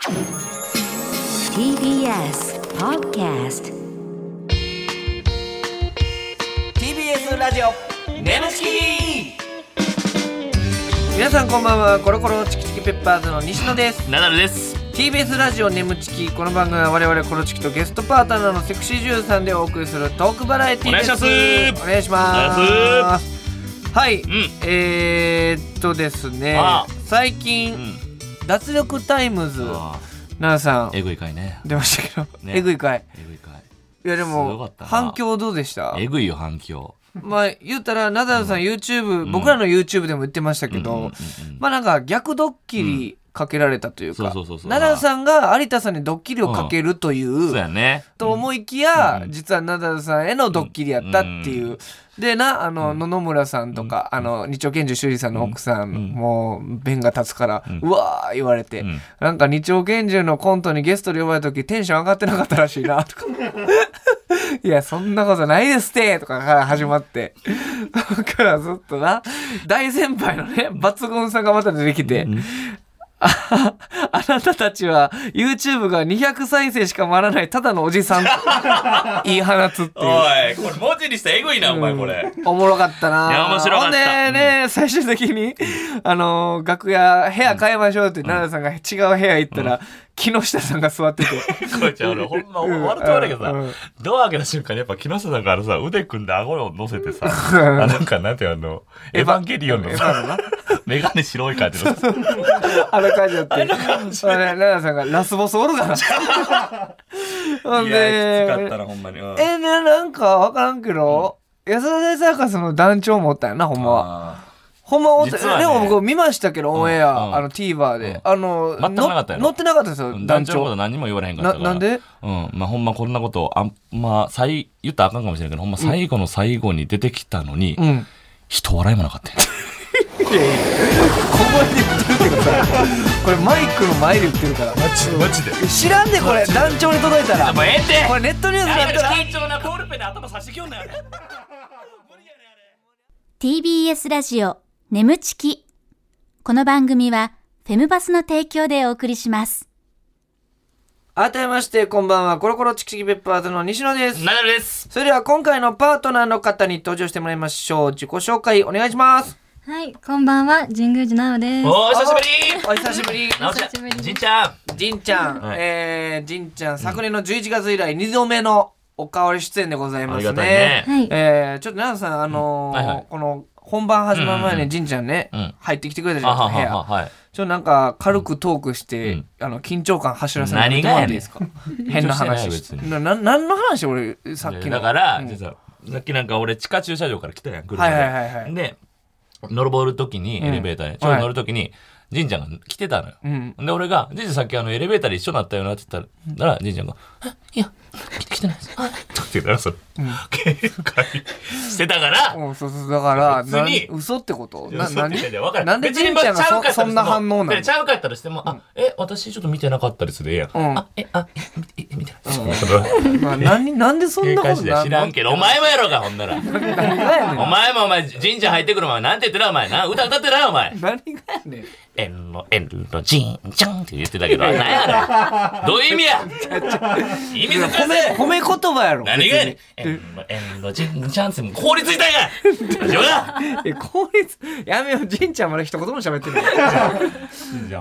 TBS Podcast TBS ラジオネムチキ。皆さんこんばんは。コロコロチキチキペッパーズの西野です。 ナダルです。 TBS ラジオネムチキ。この番組は我々コロチキとゲストパートナーのセクシー女優さんでお送りするトークバラエティです。 お願いします。はい、ですね、最近、脱力タイムズ奈良さんえぐい回ね出ましたけど、えぐい回。いやでも反響どうでした？ えぐいよ反響。 まあ言ったらナダルさん YouTube、僕らの YouTube でも言ってましたけど、まあなんか逆ドッキリかけられたというか、ナダルさんが有田さんにドッキリをかけるという、 そうやね、 と思いきや、実はナダルさんへのドッキリやったっていう、でな、野々村さんとか、日丁拳銃修理さんの奥さん、もう弁が立つから、うわー言われて、なんか日丁拳銃のコントにゲストで呼ばれた時テンション上がってなかったらしいなとかいやそんなことないですってとかから始まって、だからずっとな、大先輩のね抜群さんがまた出てきて、あなたたちは YouTube が200再生しか回らないただのおじさん言い放つっていう。 おいこれ文字にしたらエグいな、お前これおもろかったな。 いや面白かった。 ほんでね、最終的に楽屋部屋変えましょうって奈良さんが違う部屋行ったら、木下さんが座っててこいつ俺ほんま笑って悪いけどさ、ドア開けた瞬間にやっぱ木下さんからさ腕組んで顎を乗せてさなんかなんていうエヴァンゲリオンのさメガネ白い感じのあの感じだって奈良さんがラスボスおるかなほんで、 いやきつかったなほんまに、 なんか分からんけど、安田大サーカスの団長もおったよなほんまは。ほんまね、でも僕見ましたけど、オンエア、TVer で、 全くなかったよ。 乗ってなかったですよ、 団長のこと何も言われへんかったから。 なんで？ まあほんまこんなこと言ったらあかんかもしれんけど、ほんま最後の最後に出てきたのに、人笑いもなかったよ。 小声で言ってるけどさ、これマイクの前で言ってるから。 マジで知らんでこれ、団長に届いたら。 もうええって。 これネットニュースだったら。 緊張なボールペンで頭差してきよんなよ。 TBS ラジオ眠ちき。この番組はフェムバスの提供でお送りします。 改めましてこんばんは。コロコロチキチキペッパーズの西野です。 ナダルです。 それでは今回のパートナーの方に登場してもらいましょう。自己紹介お願いします。 はい、こんばんは、神宮寺奈緒です。 お久しぶり。 お久しぶり。 じんちゃん。 じんちゃん、じんちゃん、昨年の11月以来2度目のおかわり出演でございますね。 ありがたいね。ちょっと奈良さん、この本番始まる前にじんちゃんね、入ってきてくれたじゃないですか、部屋。ちょっとなんか軽くトークして、緊張感走らせないともらっていいですか？変な話。何の話俺さっきの。 だから、さっきなんか俺地下駐車場から来たやん、車で。で、乗るときにエレベーターに、ちょうど乗るときに、じんちゃんが来てたのよ。で、俺が、じんちゃんさっきエレベーターで一緒になったよなって言ったら、じんちゃんが、いや、来てないです。って言ったら、それ、警戒してたから、 そうだから、嘘ってこと？なんでじんちゃんがそんな反応なの？ ちゃうかったらしても、私ちょっと見てなかったですでええやん。見てない。 なんでそんなことなの？ 知らんけど、お前もやろうか、ほんなら。お前もじんちゃん入ってくる前、なんて言ってな、お前。歌歌ってな、お前。 何がやねん。 じんちゃんって言ってたけど、何やねん。どういう意味や？意味難しい。 褒め言葉やろ。 何がやねん。じんちゃんって凍りついたんや。大丈夫だ。 効率やめよう。じんちゃんまだ一言も喋ってない。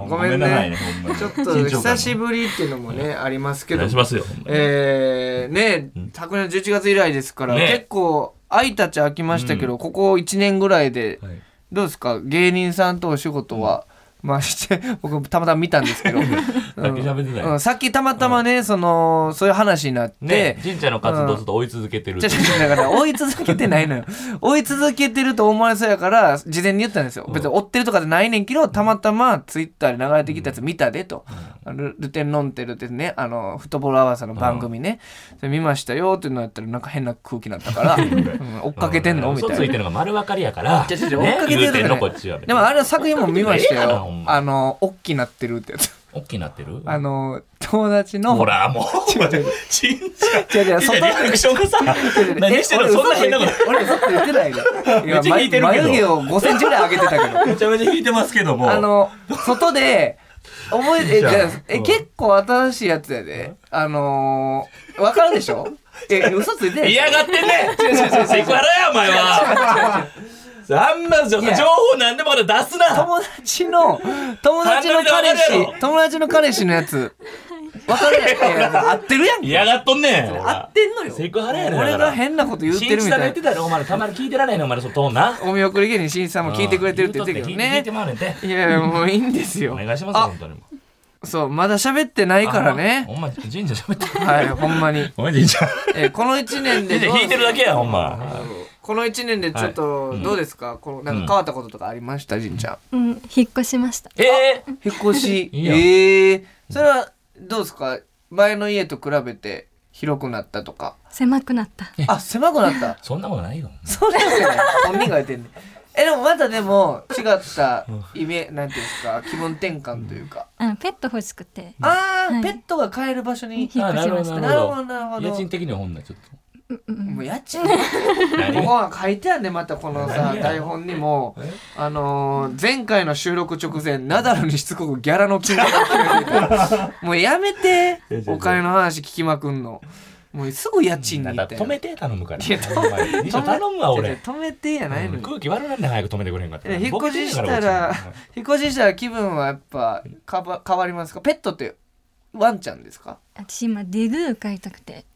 ごめんね。ちょっと久しぶりっていうのもねありますけど。 お願いしますよ。 ね、昨年11月以来ですから、結構空いたっちゃ空きましたけど、ここ1年ぐらいでどうですか？芸人さんとお仕事は。まあして僕たまたま見たんですけどさっき喋ってたよ、 さっきたまたまね、そういう話になってじんちゃんの活動ずっと追い続けてる、 だから追い続けてないのよ追い続けてると思われそうやから事前に言ったんですよ、別に追ってるとかじゃないねんけど、たまたまツイッターで流れてきたやつ見たでと、ルテンロンテルってね、フットボールアワーさんの番組ね、それ見ましたよっていうのやったらなんか変な空気になったから、追っかけてんのみたいな。 嘘ついてるのが丸分かりやから追っかけてるのこっちは。でもあれの作品も見ましたよ。おっきなってるってやつ。 おっきなってる？ 友達の。 ほらもう。違う。 外のリアクションがさ、何してるの？そんな変なこと。 俺嘘って言ってないで。 めっちゃ引いてるけど。 眉毛を5センチぐらい上げてたけど。 めちゃめちゃ引いてますけども。 外で覚えて結構新しいやつやで。わかるでしょ？嘘ついてない。 嫌がってんね。セクハラやお前は。あんま情報なんでも出すな。 友達の彼氏のやつ。わかるやん。合ってるやん。 嫌がっとんねん。 合ってんのよ。 セクハラやねん。 俺が変なこと言ってるみたいな。 新一さんが言ってたらお前たまに聞いてられへんのお前そとんな。 お見送り芸人新一さんも聞いてくれてるって言ってるけどね。 聞いてもらうねんて。 いやもういいんですよ。 お願いします本当に。 そうまだ喋ってないからね。 お前神社喋ってる。 はいほんまに。 お前神社。 この1年で弾いてるだけやほんま。 この1年でちょっとどうですか、このなんか変わったこととかありました神ちゃん。 引っ越しました。 引っ越し。それはどうですか、前の家と比べて広くなったとか。 狭くなった。 あ狭くなった。 そんなことないよ。 そうですよね。本人が言ってんね。でもまたでも違ったなんていうんですか、気分転換というか。 ペット欲しくて。 ペットが飼える場所に引っ越しました。 なるほど。 家賃的にはほんなちょっと。 もう家賃ここは書いてあるね。またこのさ台本にも前回の収録直前ナダルにしつこくギャラの金額を決めてた。もうやめてお金の話聞きまくんの。もうすぐ家賃に行ったよ。 止めて頼むから。 いや頼むわ俺。 止めてやないの。 空気悪なんで早く止めてくれへんかった。 引っ越ししたら気分はやっぱ変わりますか？ペットってワンちゃんですか？ 私今デグー飼いたくて。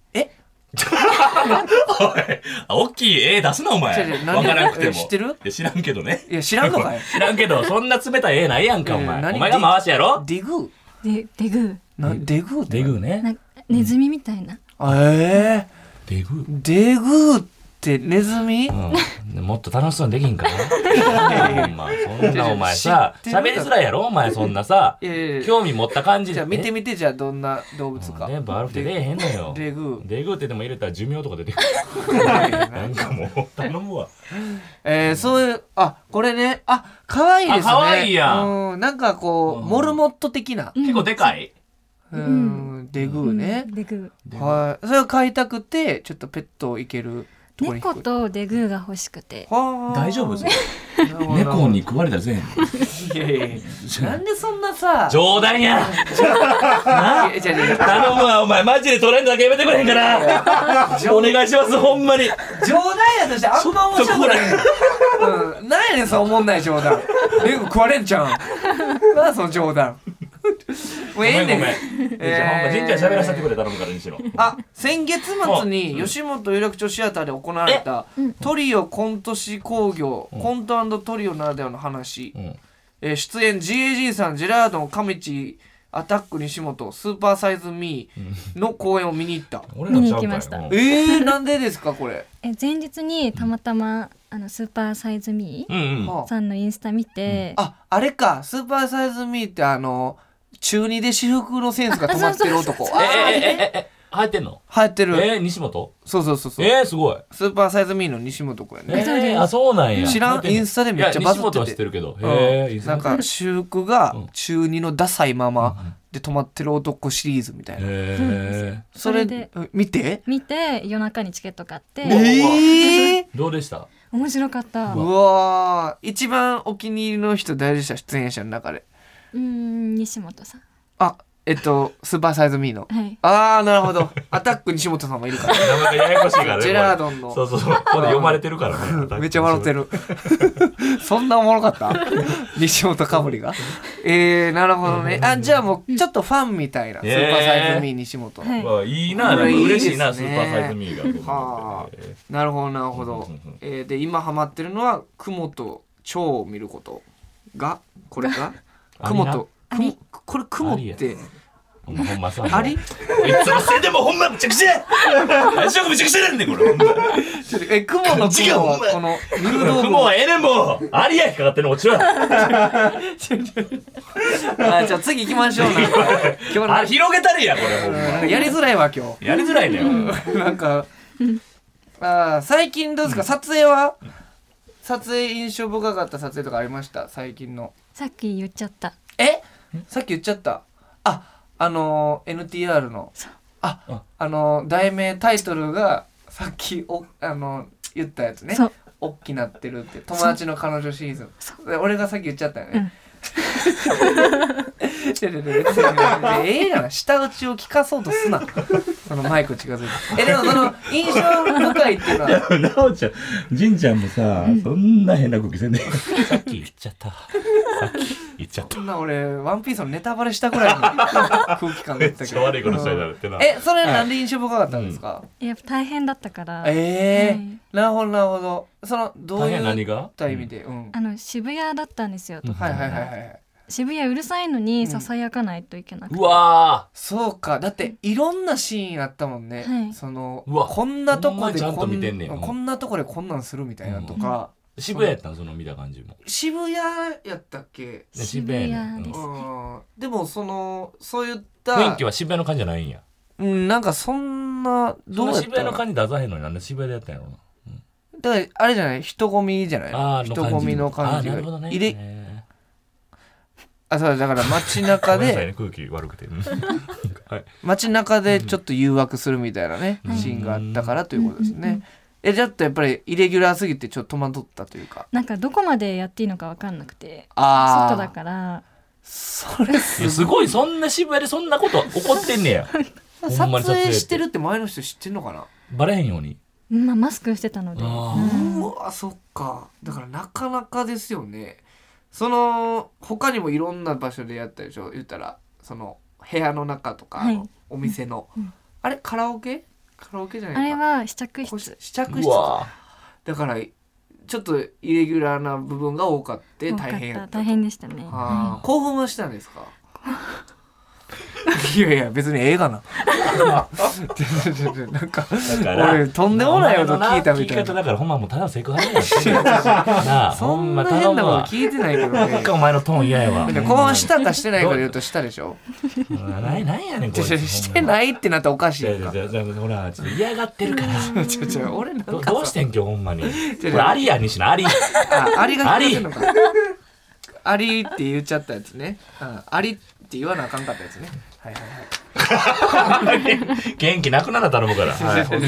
おい、大きい絵出すなお前。分からなくても。 知ってる？ 知らんけどね。 いや知らんのかい。 知らんけどそんな冷たい絵ないやんかお前。お前が回しやろ？ デグー。デグー。デグー？ デグーね。 ネズミみたいな。 デグー。 デグーってネズミ？ もっと楽しそうにできんかな。そんなお前さ喋りづらいやろお前そんなさ興味持った感じで。 じゃあ見てみて、じゃあどんな動物か。 ね悪くて出えへんのよ。 デグーってでも入れたら寿命とか出てくる。なんかもう頼むわ。 そういうこれね可愛いですね。 可愛いやん。 なんかこうモルモット的な。 結構でかい。 デグーね。 デグー。はい。それを飼いたくてちょっとペットをいける。 猫とデグーが欲しくて。 大丈夫です猫に食われたらぜん。 なんでそんなさ。 冗談や。頼むわお前マジでトレンドだけやめてくれへんから。お願いしますほんまに。 冗談やとしてあんま面白くない。なんやねんそう思んない冗談。猫食われんちゃうん。なんその冗談。 もうええねん。神社喋らせてくれ頼むからにしろ。 先月末に吉本有楽町シアターで行われたトリオコント師興行コント&トリオならではの話。出演 GAG さん、ジェラードン、カミチ、アタック西本、スーパーサイズミーの公演を見に行った。 見に行きました。 なんでですかこれ？ 前日にたまたまスーパーサイズミーさんのインスタ見て、 あれか、スーパーサイズミーって中2で私服のセンスが止まってる男。 流行ってんの？ 流行ってる。 西本？ そうすごい。 スーパーサイズミーの西本くんやね。 そうなんや。 知らん？インスタでめっちゃバズってて。 西本は知ってるけど。 なんか私服が中2のダサいままで止まってる男シリーズみたいな。それで見て夜中にチケット買って。 どうでした？ 面白かった。 うわー、一番お気に入りの人誰でした？出演者の中で。 西本さん。 スーパーサイズミーの。なるほど。アタック西本さんもいるから。 名前がややこしいからね。 ジェラードンの。 そうここで読まれてるからね。 めっちゃ笑ってる。そんなおもろかった？西本かぶりが。なるほどね。じゃあもうちょっとファンみたいな。スーパーサイズミー西本。 いいな、嬉しいな、スーパーサイズミーが。 なるほど。で、今ハマってるのは、雲と蝶を見ることが、これか？雲と、これ雲って、 ほんまさあり？いつもせいでもほんまむちゃくちゃ足がむちゃくちゃなんねんこれほんま。 雲の雲はこの入道雲はもうありやきかかってんの落ちろ。じゃあ次行きましょう。 今日広げたれやこれほんま。 やりづらいわ今日。 やりづらいね。 なんか最近どうですか？撮影印象深かった撮影とかありました？最近の。 さっき言っちゃった。 さっき言っちゃった。NTR の題名タイトルがさっき言ったやつね。おっきなってるって友達の彼女シーズン。俺がさっき言っちゃったよね。 ええがな、舌打ちを聞かそうとすな。そのマイク近づいて。でもその印象深いっていうのは。 なおちゃん、じんちゃんもさ、そんな変な空気せんねん。さっき言っちゃった。 そんな俺、ワンピースのネタバレしたぐらいの空気感だったけど。 悪いことしたいだろってな。 それなんで印象深かったんですか？ やっぱ大変だったから。 なるほどなるほど。そのどういう何が？ 意味で、 渋谷だったんですよ。 はい渋谷うるさいのにささやかないといけなくて。 うわー、そうか。だっていろんなシーンあったもんね。そのこんなとこでこんなとこでこんなんするみたいなとか。 渋谷やったんその見た感じも。 渋谷やったっけ？ 渋谷です。 でもそういった雰囲気は渋谷の感じじゃないんや。 なんかそんなどうやった？渋谷の感じ出さへんのになんで渋谷でやったんやろうな。 だからあれじゃない？人混みじゃない？人混みの感じが入れ。そうだから街中で空気悪くて街中でちょっと誘惑するみたいなねシーンがあったからということですね。ちょっとやっぱりイレギュラーすぎてちょっと戸惑ったというか、 なんかどこまでやっていいのか分かんなくて、外だからそれすごい。そんな渋谷でそんなこと起こってんねや。 撮影してるって前の人知ってんのかな？ バレへんようにマスクしてたので。 そっか。だからなかなかですよね。その他にもいろんな場所でやったでしょ。言ったらその部屋の中とか、お店の、あれカラオケじゃないか。 あれは試着室だからちょっとイレギュラーな部分が多かって大変やった。 大変でしたね。 興奮はしたんですか？いや別に映画ななんか俺とんでもないこと聞いたみたいな。 だからほんまもうただセクハラやってなあ。 そんな変なこと聞いてないけどね。 お前のトーン嫌やわ。 興奮したかしてないかで言うとしたでしょ。 何やねんこれ。 してないってなったらおかしいか。 ほらちょっと嫌がってるから。 俺なんかどうしてん今日ほんまに。これアリや西野アリ。 アリが聞こえてんのか。アリって言っちゃったやつね。アリって言わなあかんかったやつね。 元気なくなら頼むから。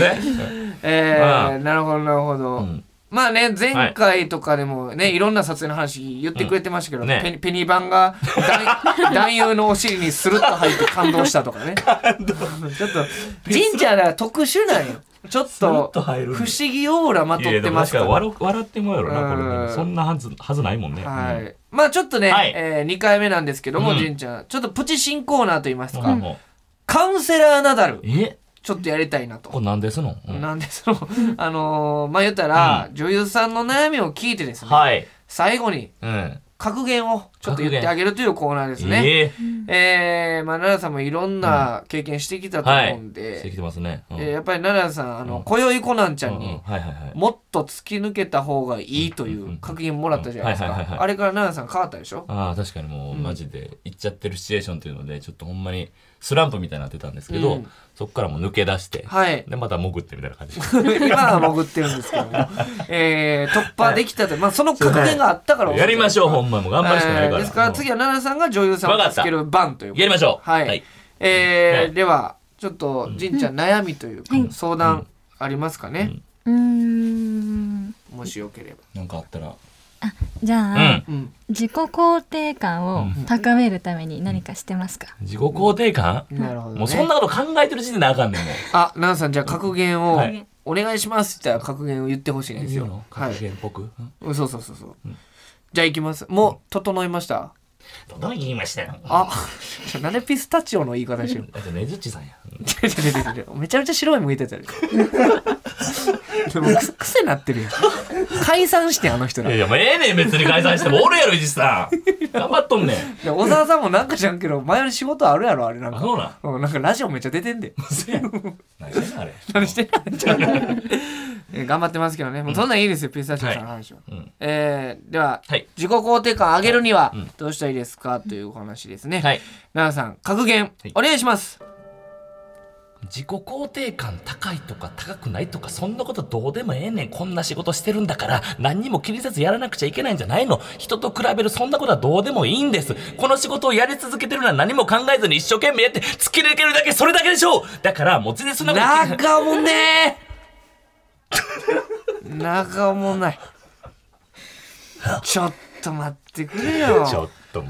なるほどなるほど。まあね、前回とかでもね、いろんな撮影の話言ってくれてましたけど、ペニバンが男優のお尻にスルッと入って感動したとかね。ちょっと神社が特殊なんよ。ちょっと不思議オーラまとってますから。 笑ってもやろなこれ。そんなはずないもんね。 まあちょっとね、2回目なんですけども、神ちゃんちょっとプチ新コーナーといいますか、カウンセラーナダルちょっとやりたいなと。 これなんですの？ まあ言ったら、女優さんの悩みを聞いてですね、最後に格言をちょっと言ってあげるというコーナーですね。まあ奈良さんもいろんな経験してきたと思うんで、 してきてますね。 やっぱり奈良さん今宵コナンちゃんにもっと突き抜けた方がいいという格言もらったじゃないですか。あれから奈良さん変わったでしょ？ 確かにもうマジで行っちゃってるシチュエーションっていうのでちょっとほんまにスランプみたいになってたんですけど、そこからもう抜け出して、でまた潜ってみたいな感じ今は潜ってるんですけども、突破できたと、まあその格言があったからやりましょう。ほんまもう頑張るしかないから。 ですから次は奈良さんが女優さんを助ける番ということでやりましょう。 ではちょっとじんちゃん悩みというか相談ありますかね？もしよければ。 なんかあったら。 じゃあ、自己肯定感を高めるために何かしてますか？ 自己肯定感？ なるほどね。 もうそんなこと考えてる時点であかんねんもん。 奈々さんじゃあ格言をお願いしますって言ったら格言を言ってほしいんですよ。 格言っぽく？ そう。じゃあ行きます。もう整いました？ 整いましたよ。 なんでピスタチオの言い方してるの？ ねずっちさんや。 めちゃめちゃ白い向いてたよ。でも癖なってるやん。解散してあの人ら。 いやもうええねん別に解散してもおるやろ伊地さん。頑張っとんねん。 小沢さんもなんか知らんけど前より仕事あるやろあれなんか。 そうなん。 なんかラジオめっちゃ出てんで。 何してんのあれ。 何してんの。頑張ってますけどね。もうそんなんいいですよピスタチオさんの話は。では自己肯定感上げるにはどうしたらいいですかというお話ですね。奈々さん格言お願いします。 自己肯定感高いとか高くないとかそんなことどうでもええねん。こんな仕事してるんだから何にも気にせずやらなくちゃいけないんじゃないの。人と比べるそんなことはどうでもいいんです。この仕事をやり続けてるのは何も考えずに一生懸命やって突き抜けるだけそれだけでしょう。だからもう全然そんなことなんかもねなんかもない。ちょっと待ってくれよ。 ちょっと待って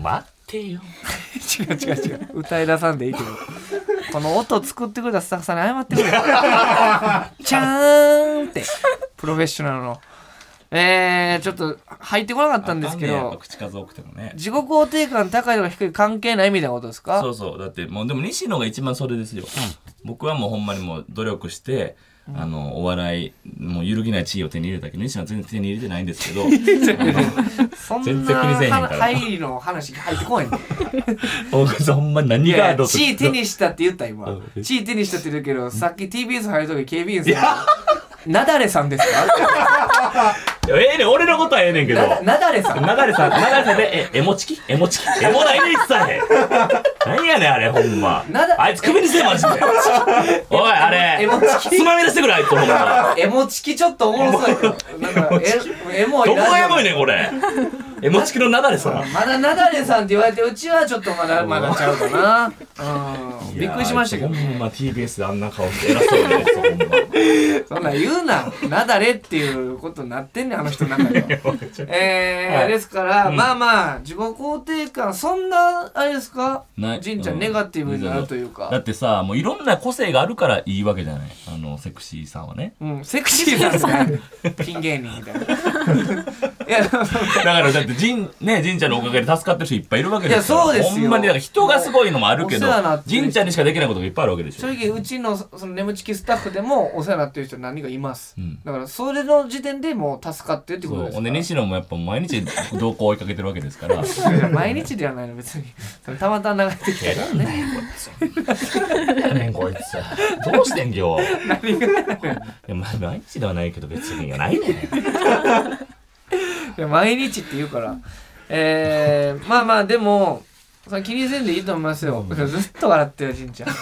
てよ違う歌い出さんでいいけどこの音作ってくれたスタッフさんに謝ってくれちゃーんってプロフェッショナルのちょっと入ってこなかったんですけど、 口数多くてもね、 自己肯定感高いとか低い関係ないみたいなことですか？ そうだってもうでも西野が一番それですよ、僕はもうほんまにもう努力してお笑いもう揺るぎない地位を手に入れたけど西野は全然手に入れてないんですけどそん全然気にせえへんからな入りの話入ってこないんだよほんまに何がどう地位手にしたって言った今地位手にしたって言うけどさっき TBS 入るとき警備員さんなだれさんですか？ 俺のことはええねんけどなだれさんでエモチキエモないね一切何やねんあれほんまあいつ首にせえマジでおいあれつまみ出してくれあいつほんまエモチキちょっとおもろそうやけどなんかエモいどこがエモいねんこれエモチキのなだれさんまだなだれさんって言われてうちはちょっとまだちゃうかなびっくりしましたけどほんま TBS であんな顔して偉そうなやつほんまそんなん言うななだれっていうことになってんねんあの人の中ではですから、まあ自己肯定感そんなあれですかじんちゃんネガティブになるというかだってさもういろんな個性があるからいいわけじゃないセクシーさんはねセクシーさんですピン芸人みたいないやだからだってじんちゃんのおかげで助かってる人いっぱいいるわけですよ。いやそうですよ。 ほんまにだから人がすごいのもあるけどじんちゃんにしかできないことがいっぱいあるわけでしょ。 正直うちのその眠ちきスタッフでもお世話になってる人何人かいます、だからそれの時点でもう助かってるってことですから。 で西野もやっぱ毎日動向を追いかけてるわけですから毎日ではないの別にたまたま流れてきたからねこいつどうしてん今日何が毎日ではないけど別にないね毎日って言うからまあでもそれ気にせんでいいと思いますよ、ずっと笑ってるじんちゃん、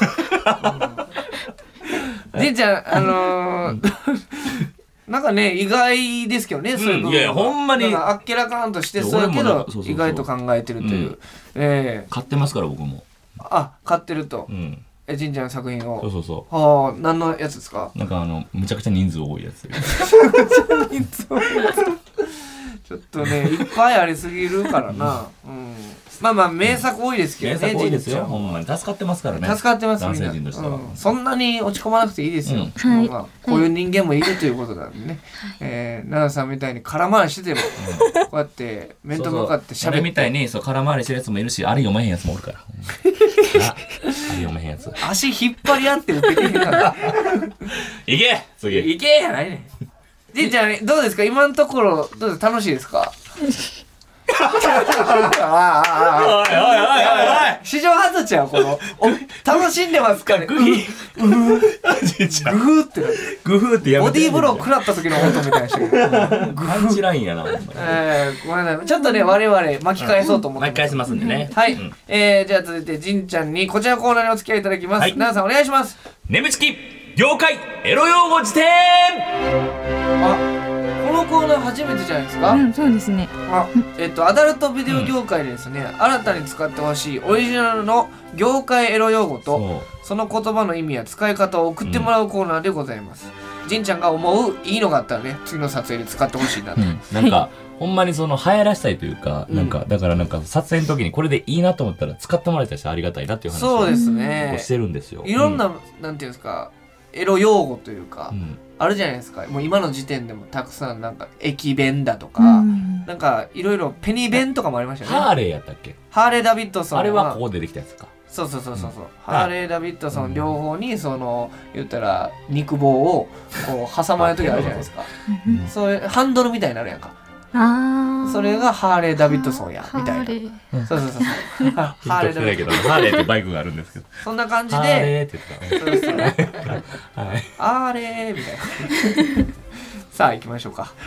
じんちゃんなんかね意外ですけどね、そういう部分いやほんまにあっけらかんとしてそうやけど意外と考えてるという、 買ってますから僕も買ってると、じんちゃんの作品をそうはあ何のやつですか？ なんかむちゃくちゃ人数多いやつ人数多いやつちょっとねいっぱいありすぎるからな、まあ名作多いですけどね。 名作多いですよほんまに助かってますからね。 助かってます男性陣としては、 そんなに落ち込まなくていいですよ、こういう人間もいるということなんでね、奈々さんみたいに空回りしててもこうやって面と向かって喋ってみたいに空回りしてるやつもいるしあれ読めへんやつもおるからあれ読めへんやつ足引っ張り合って受けてへんからいけ次いけやないねん。じいちゃんどうですか今のところどうですか楽しいですかおい史上初ちゃうこの楽しんでますかね。グフってやめてボディーブロー食らった時の音みたいな人パンチラインやなごめんなさいちょっとね我々巻き返そうと思って巻き返しますんでね。 はい、じゃあ続いてじんちゃんにこちらのコーナーにお付き合いいただきます。奈々さんお願いします。 眠ちき業界エロ用語辞典。 このコーナー初めてじゃないですか？ そうですね。 アダルトビデオ業界でですね、新たに使ってほしいオリジナルの業界エロ用語とその言葉の意味や使い方を送ってもらうコーナーでございます。じんちゃんが思ういいのがあったらね次の撮影で使ってほしいなと、 なんかほんまにその流行らしたいというか、なんかだからなんか撮影の時にこれでいいなと思ったら使ってもらえたりしてありがたいなっていう話をしてるんですよ。 いろんな、なんていうんですかエロ用語というか、あるじゃないですか。もう今の時点でもたくさんなんか駅弁だとか、なんかいろいろペニ弁とかもありましたよね。 ハーレーやったっけ？ ハーレーダビッドソンあれはここでできたやつか。 そう、ハーレーダビッドソン両方にその言ったら肉棒をこう挟まれる時あるじゃないですか。そういうハンドルみたいになるやんか。それがハーレーダビッドソンやみたいな。そうハーレーだけどハーレーってバイクがあるんですけどそんな感じでハーレーって言ってたハーレーみたいなさあ行きましょうか。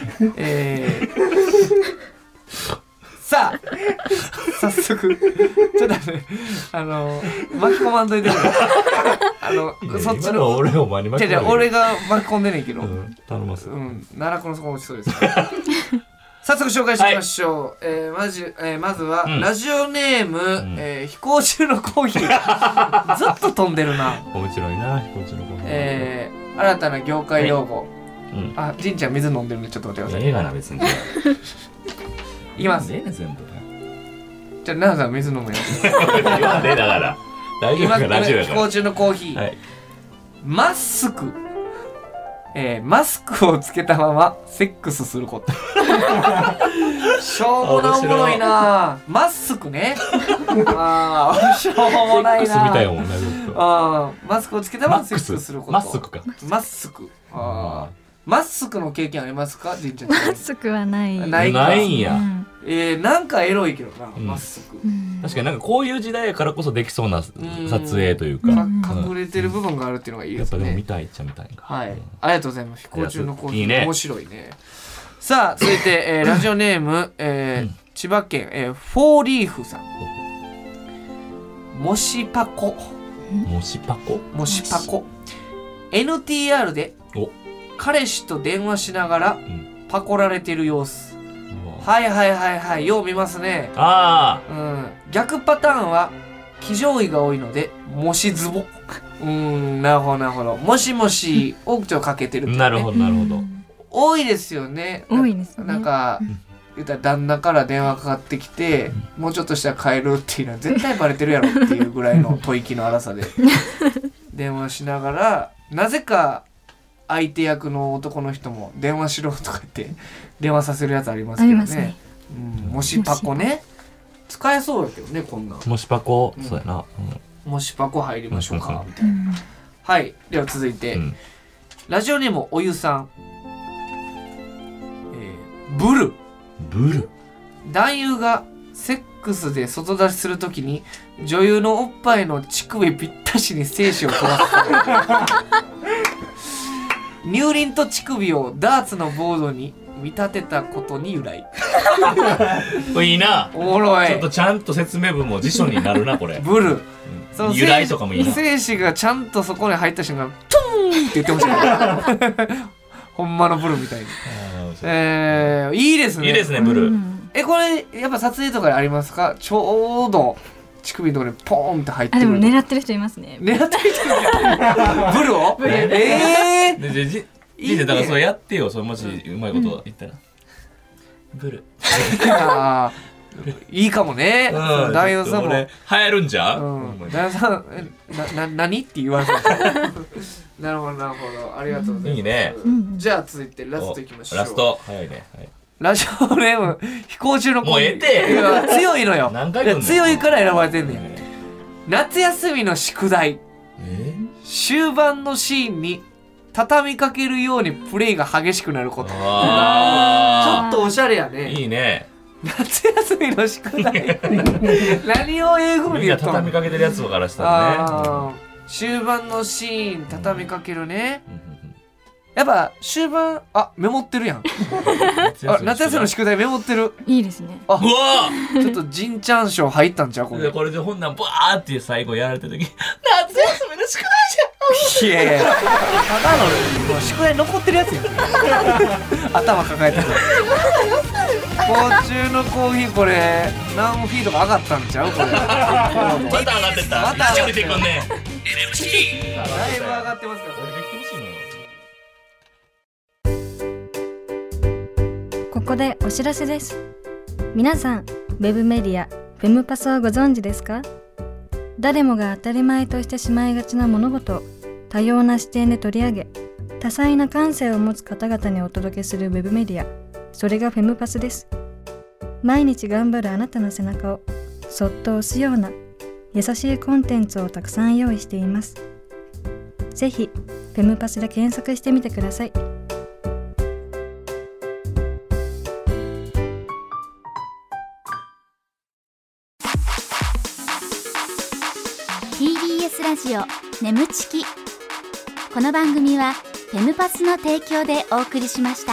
さあ早速ちょっとね巻き込まんといてくれそっちの俺を巻き込んで俺が巻き込んでねんけど、 頼みます奈落の底落ちそうですから早速紹介していきましょう。まずは、ラジオネーム、飛行中のコーヒーずっと飛んでるな。 面白いな飛行中のコーヒー。 新たな業界用語、じんちゃん水飲んでるんでちょっと待ってください。 映画な別にいきます。 じゃあ奈々さん水飲むよ言わんでだから大丈夫かラジオやから飛行中のコーヒー、はい、マスクマスクをつけたままセックスすることしょうもなおもろいなマスクねあしょうもないなセックスみたいもんねマスクをつけたままセックスすることマスクかマスクマスクの経験ありますか？じんちゃんマスクはないないんや、 なんかエロいけどな、マスク、 確かになんかこういう時代やからこそできそうな撮影というか、 隠れてる部分があるっていうのがいいですね。 やっぱでも見たいっちゃ見たいか。 はい、ありがとうございます。飛行中のコーヒー面白いね。さあ続いて、ラジオネーム、千葉県、フォーリーフさん。もしパコ NTR で彼氏と電話しながらパコられてる様子、はいよう見ますね。逆パターンは騎乗位が多いのでもしズボなるほどもしもしをちょっとかけてるって、ね、 なるほど多いですよね。 多いですね。 なんか言ったら旦那から電話かかってきて、もうちょっとしたら帰るっていうのは絶対バレてるやろっていうぐらいの吐息の荒さで電話しながら、なぜか相手役の男の人も電話しろとか言って電話させるやつありますけど ね、もしパコね使えそうだけどね、こんなんもしパコ、そうやな、 もしパコ入りましょうかみたいな、はい。では続いて、ラジオネームおゆさん、ブル男優がセックスで外出しするときに女優のおっぱいの乳首ぴったしに精子を飛ばす乳輪と乳首をダーツのボードに見立てたことに由来いいな、 おもろい。 ちょっとちゃんと説明文も辞書になるなこれブル、 その由来とかもいいな。 精子がちゃんとそこに入った瞬間トーンって言ってほしいほんまのブルみたいに。いいですね。 いいですね、ブル。 これやっぱ撮影とかでありますか？ちょうど乳首のところにポーンって入ってる。 でも狙ってる人いますね。 狙ってる人いるブルを？ いいね、だからそれやってよ、それもしうまいこと言ったら。ブル。 いいかもね。男優さんも流行るんじゃん。男優さん何って言われた。なるほどなるほど、ありがとうございます。いいね。じゃあ続いてラストいきましょう。 ラスト早いね。 ラジオネーム飛行中のもうええて。 強いのよ。強いから選ばれてんねん。夏休みの宿題。終盤のシーンに畳みかけるようにプレイが激しくなること。ちょっとおしゃれやね。 いいね。 夏休みの宿題何を英語に言ったの？ 畳みかけてるやつからしたらね。 終盤のシーン畳みかけるね。やっぱ終盤メモってるやん夏休みの宿題メモってる。 いいですね。 うわちょっとジンちゃん賞入ったんちゃうこれ。 これで本なんバーって最後やられた時夏休みの宿題じゃん。 いやただの宿題残ってるやつやん頭抱えてる甲中のコーヒー、これ何フィードが上がったんちゃうこれ。 また上がってった。 また上がってくんね。 だいぶ上がってますから。 ここでお知らせです。皆さん、ウェブメディアフェムパスをご存知ですか？誰もが当たり前としてしまいがちな物事を多様な視点で取り上げ、多彩な感性を持つ方々にお届けするウェブメディア、それがフェムパスです。毎日頑張るあなたの背中をそっと押すような優しいコンテンツをたくさん用意しています。ぜひフェムパスで検索してみてください。 TBS ラジオ眠ちき。この番組はフェムパスの提供でお送りしました。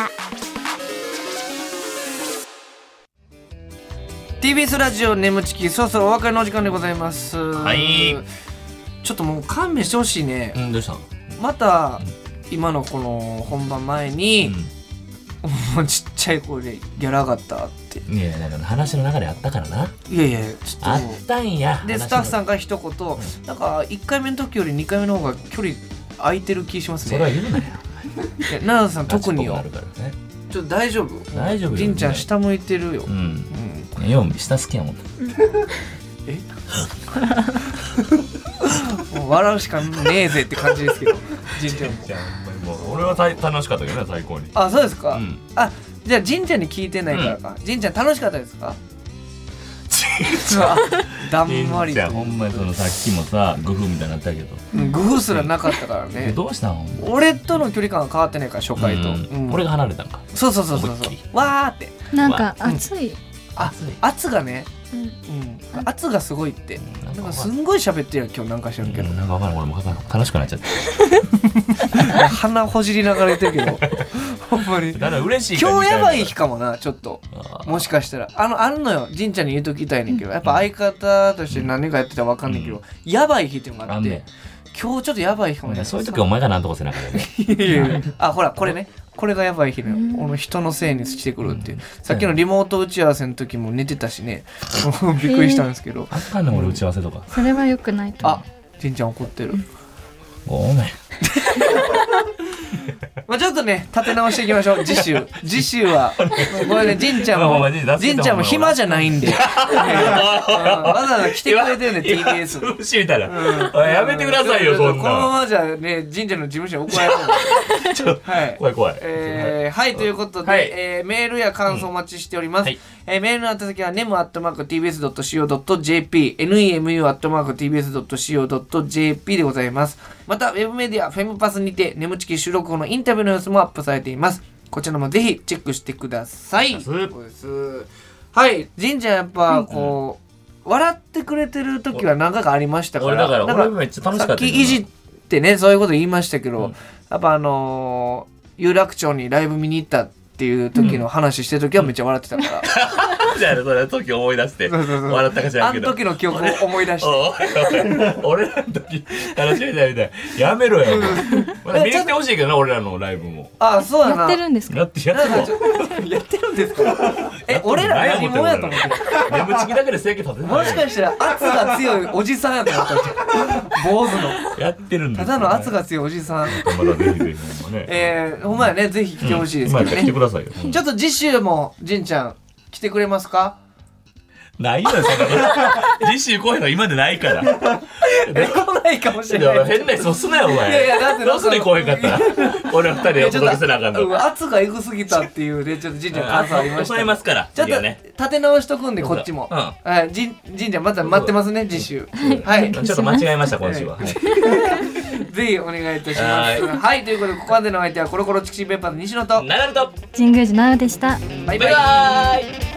TBS ラジオ眠ちき、そろそろお別れの時間でございます。 はい。 ちょっともう勘弁してほしいね。 どうしたの？ また今のこの本番前に、もうちっちゃい声でギャラ上がったって。 いやなんか話の中であったからな。 いやいやちょっとあったんや。 でスタッフさんから一言、なんか1回目の時より2回目の方が距離空いてる気しますね。 それは言うなよ。 奈良さん特によ。ちょっと大丈夫？ 大丈夫よ。 りんちゃん下向いてるよ。 よう下好きやもん。 もう笑うしかねえぜって感じですけど神ちゃんも。 もう俺は楽しかったけどね、最高に。 あ、そうですか、 うん、 あ、じゃあ神ちゃんに聞いてないからか、神ちゃん楽しかったですか？だんまりと。 ほんまにそのさっきもさグフみたいになったけど、 グフすらなかったからね。 どうしたの？ 俺との距離感は変わってないから初回と、 俺が離れたんか。 そうわーって、 なんか熱い、 圧がね、圧がすごいって、なんかすんごい喋ってるやん今日。なんか知らんけど、 なんか分からん、俺も楽しくなっちゃって鼻ほじりながら言ってるけどほんまにだから嬉しい。 今日やばい日かもな、ちょっと。もしかしたらあるのよ、神ちゃんに言うときたいねんけど、やっぱ相方として何かやってたら分かんないけど、やばい日っていうのがあって、今日ちょっとやばい日かもね。 そういう時お前がなんとかせなかったねあ、ほらこれね、これがやばい日のよ。人のせいにしてくるっていう。さっきのリモート打ち合わせの時も寝てたしねびっくりしたんですけど。 あったんだ俺打ち合わせとか。 それは良くないと。 あ、神ちゃん怒ってる。 ごめんまあちょっとね、立て直していきましょう。次週はこれね、神ちゃんも暇じゃないんでわざわざ来てくれてるんで TBS 知りたらやめてくださいよ、そんな。 このままじゃね、神ちゃんの事務所に怒られるはい、 怖い。 はい、ということで、メールや感想お待ちしております。メールの宛先は nemu@tbs.co.jp nemu@tbs.co.jp でございます。またウェブメディアフェムパスにてネムチキ収録後のインタビューの様子もアップされています。こちらもぜひチェックしてください。そうです。はい、神ちゃんやっぱこう、笑ってくれてる時は何回かありましたから。 俺俺めっちゃ楽しかった。 さっきいじってね、そういうこと言いましたけど、やっぱ有楽町にライブ見に行ったっていう時の話してる時はめっちゃ笑ってたから、 じゃあそれ時思い出して笑ったかしらんけど、 あの時の記憶を思い出して俺らの時楽しみだよみたいな。やめろよまだ見に来てほしいけどな、俺らのライブも。 あ、そうやな。 やってるんですか？ やってるんですか？俺ら何者やと思って眠ちきだけで生計立てない。 もしかしたら圧が強いおじさんやと思った坊主のやってるんですただの圧が強いおじさん。 まだぜひぜひほんまやね、ぜひ来てほしいですけどね。 来てくださいよ。 ちょっと次週も神ちゃん来てくれますか？ ないよ、そんな次週来いの今でないから。 来ないかもしれない。 変な人すなよお前。 いやだってロスに来へんかったら俺ら二人でお届けせなあかんの。 圧がエグすぎたっていうね、ちょっと神ちゃん感想ありました。 抑えますから。 ちょっと立て直しとくんでこっちも。神ちゃんまた待ってますね、次週。はい。 ちょっと間違えました今週は。 ぜひお願いいたします。はい、ということでここまでの相手はコロコロチキチンペッパーの西野と長野と神宮寺奈緒でした。 バイバイ。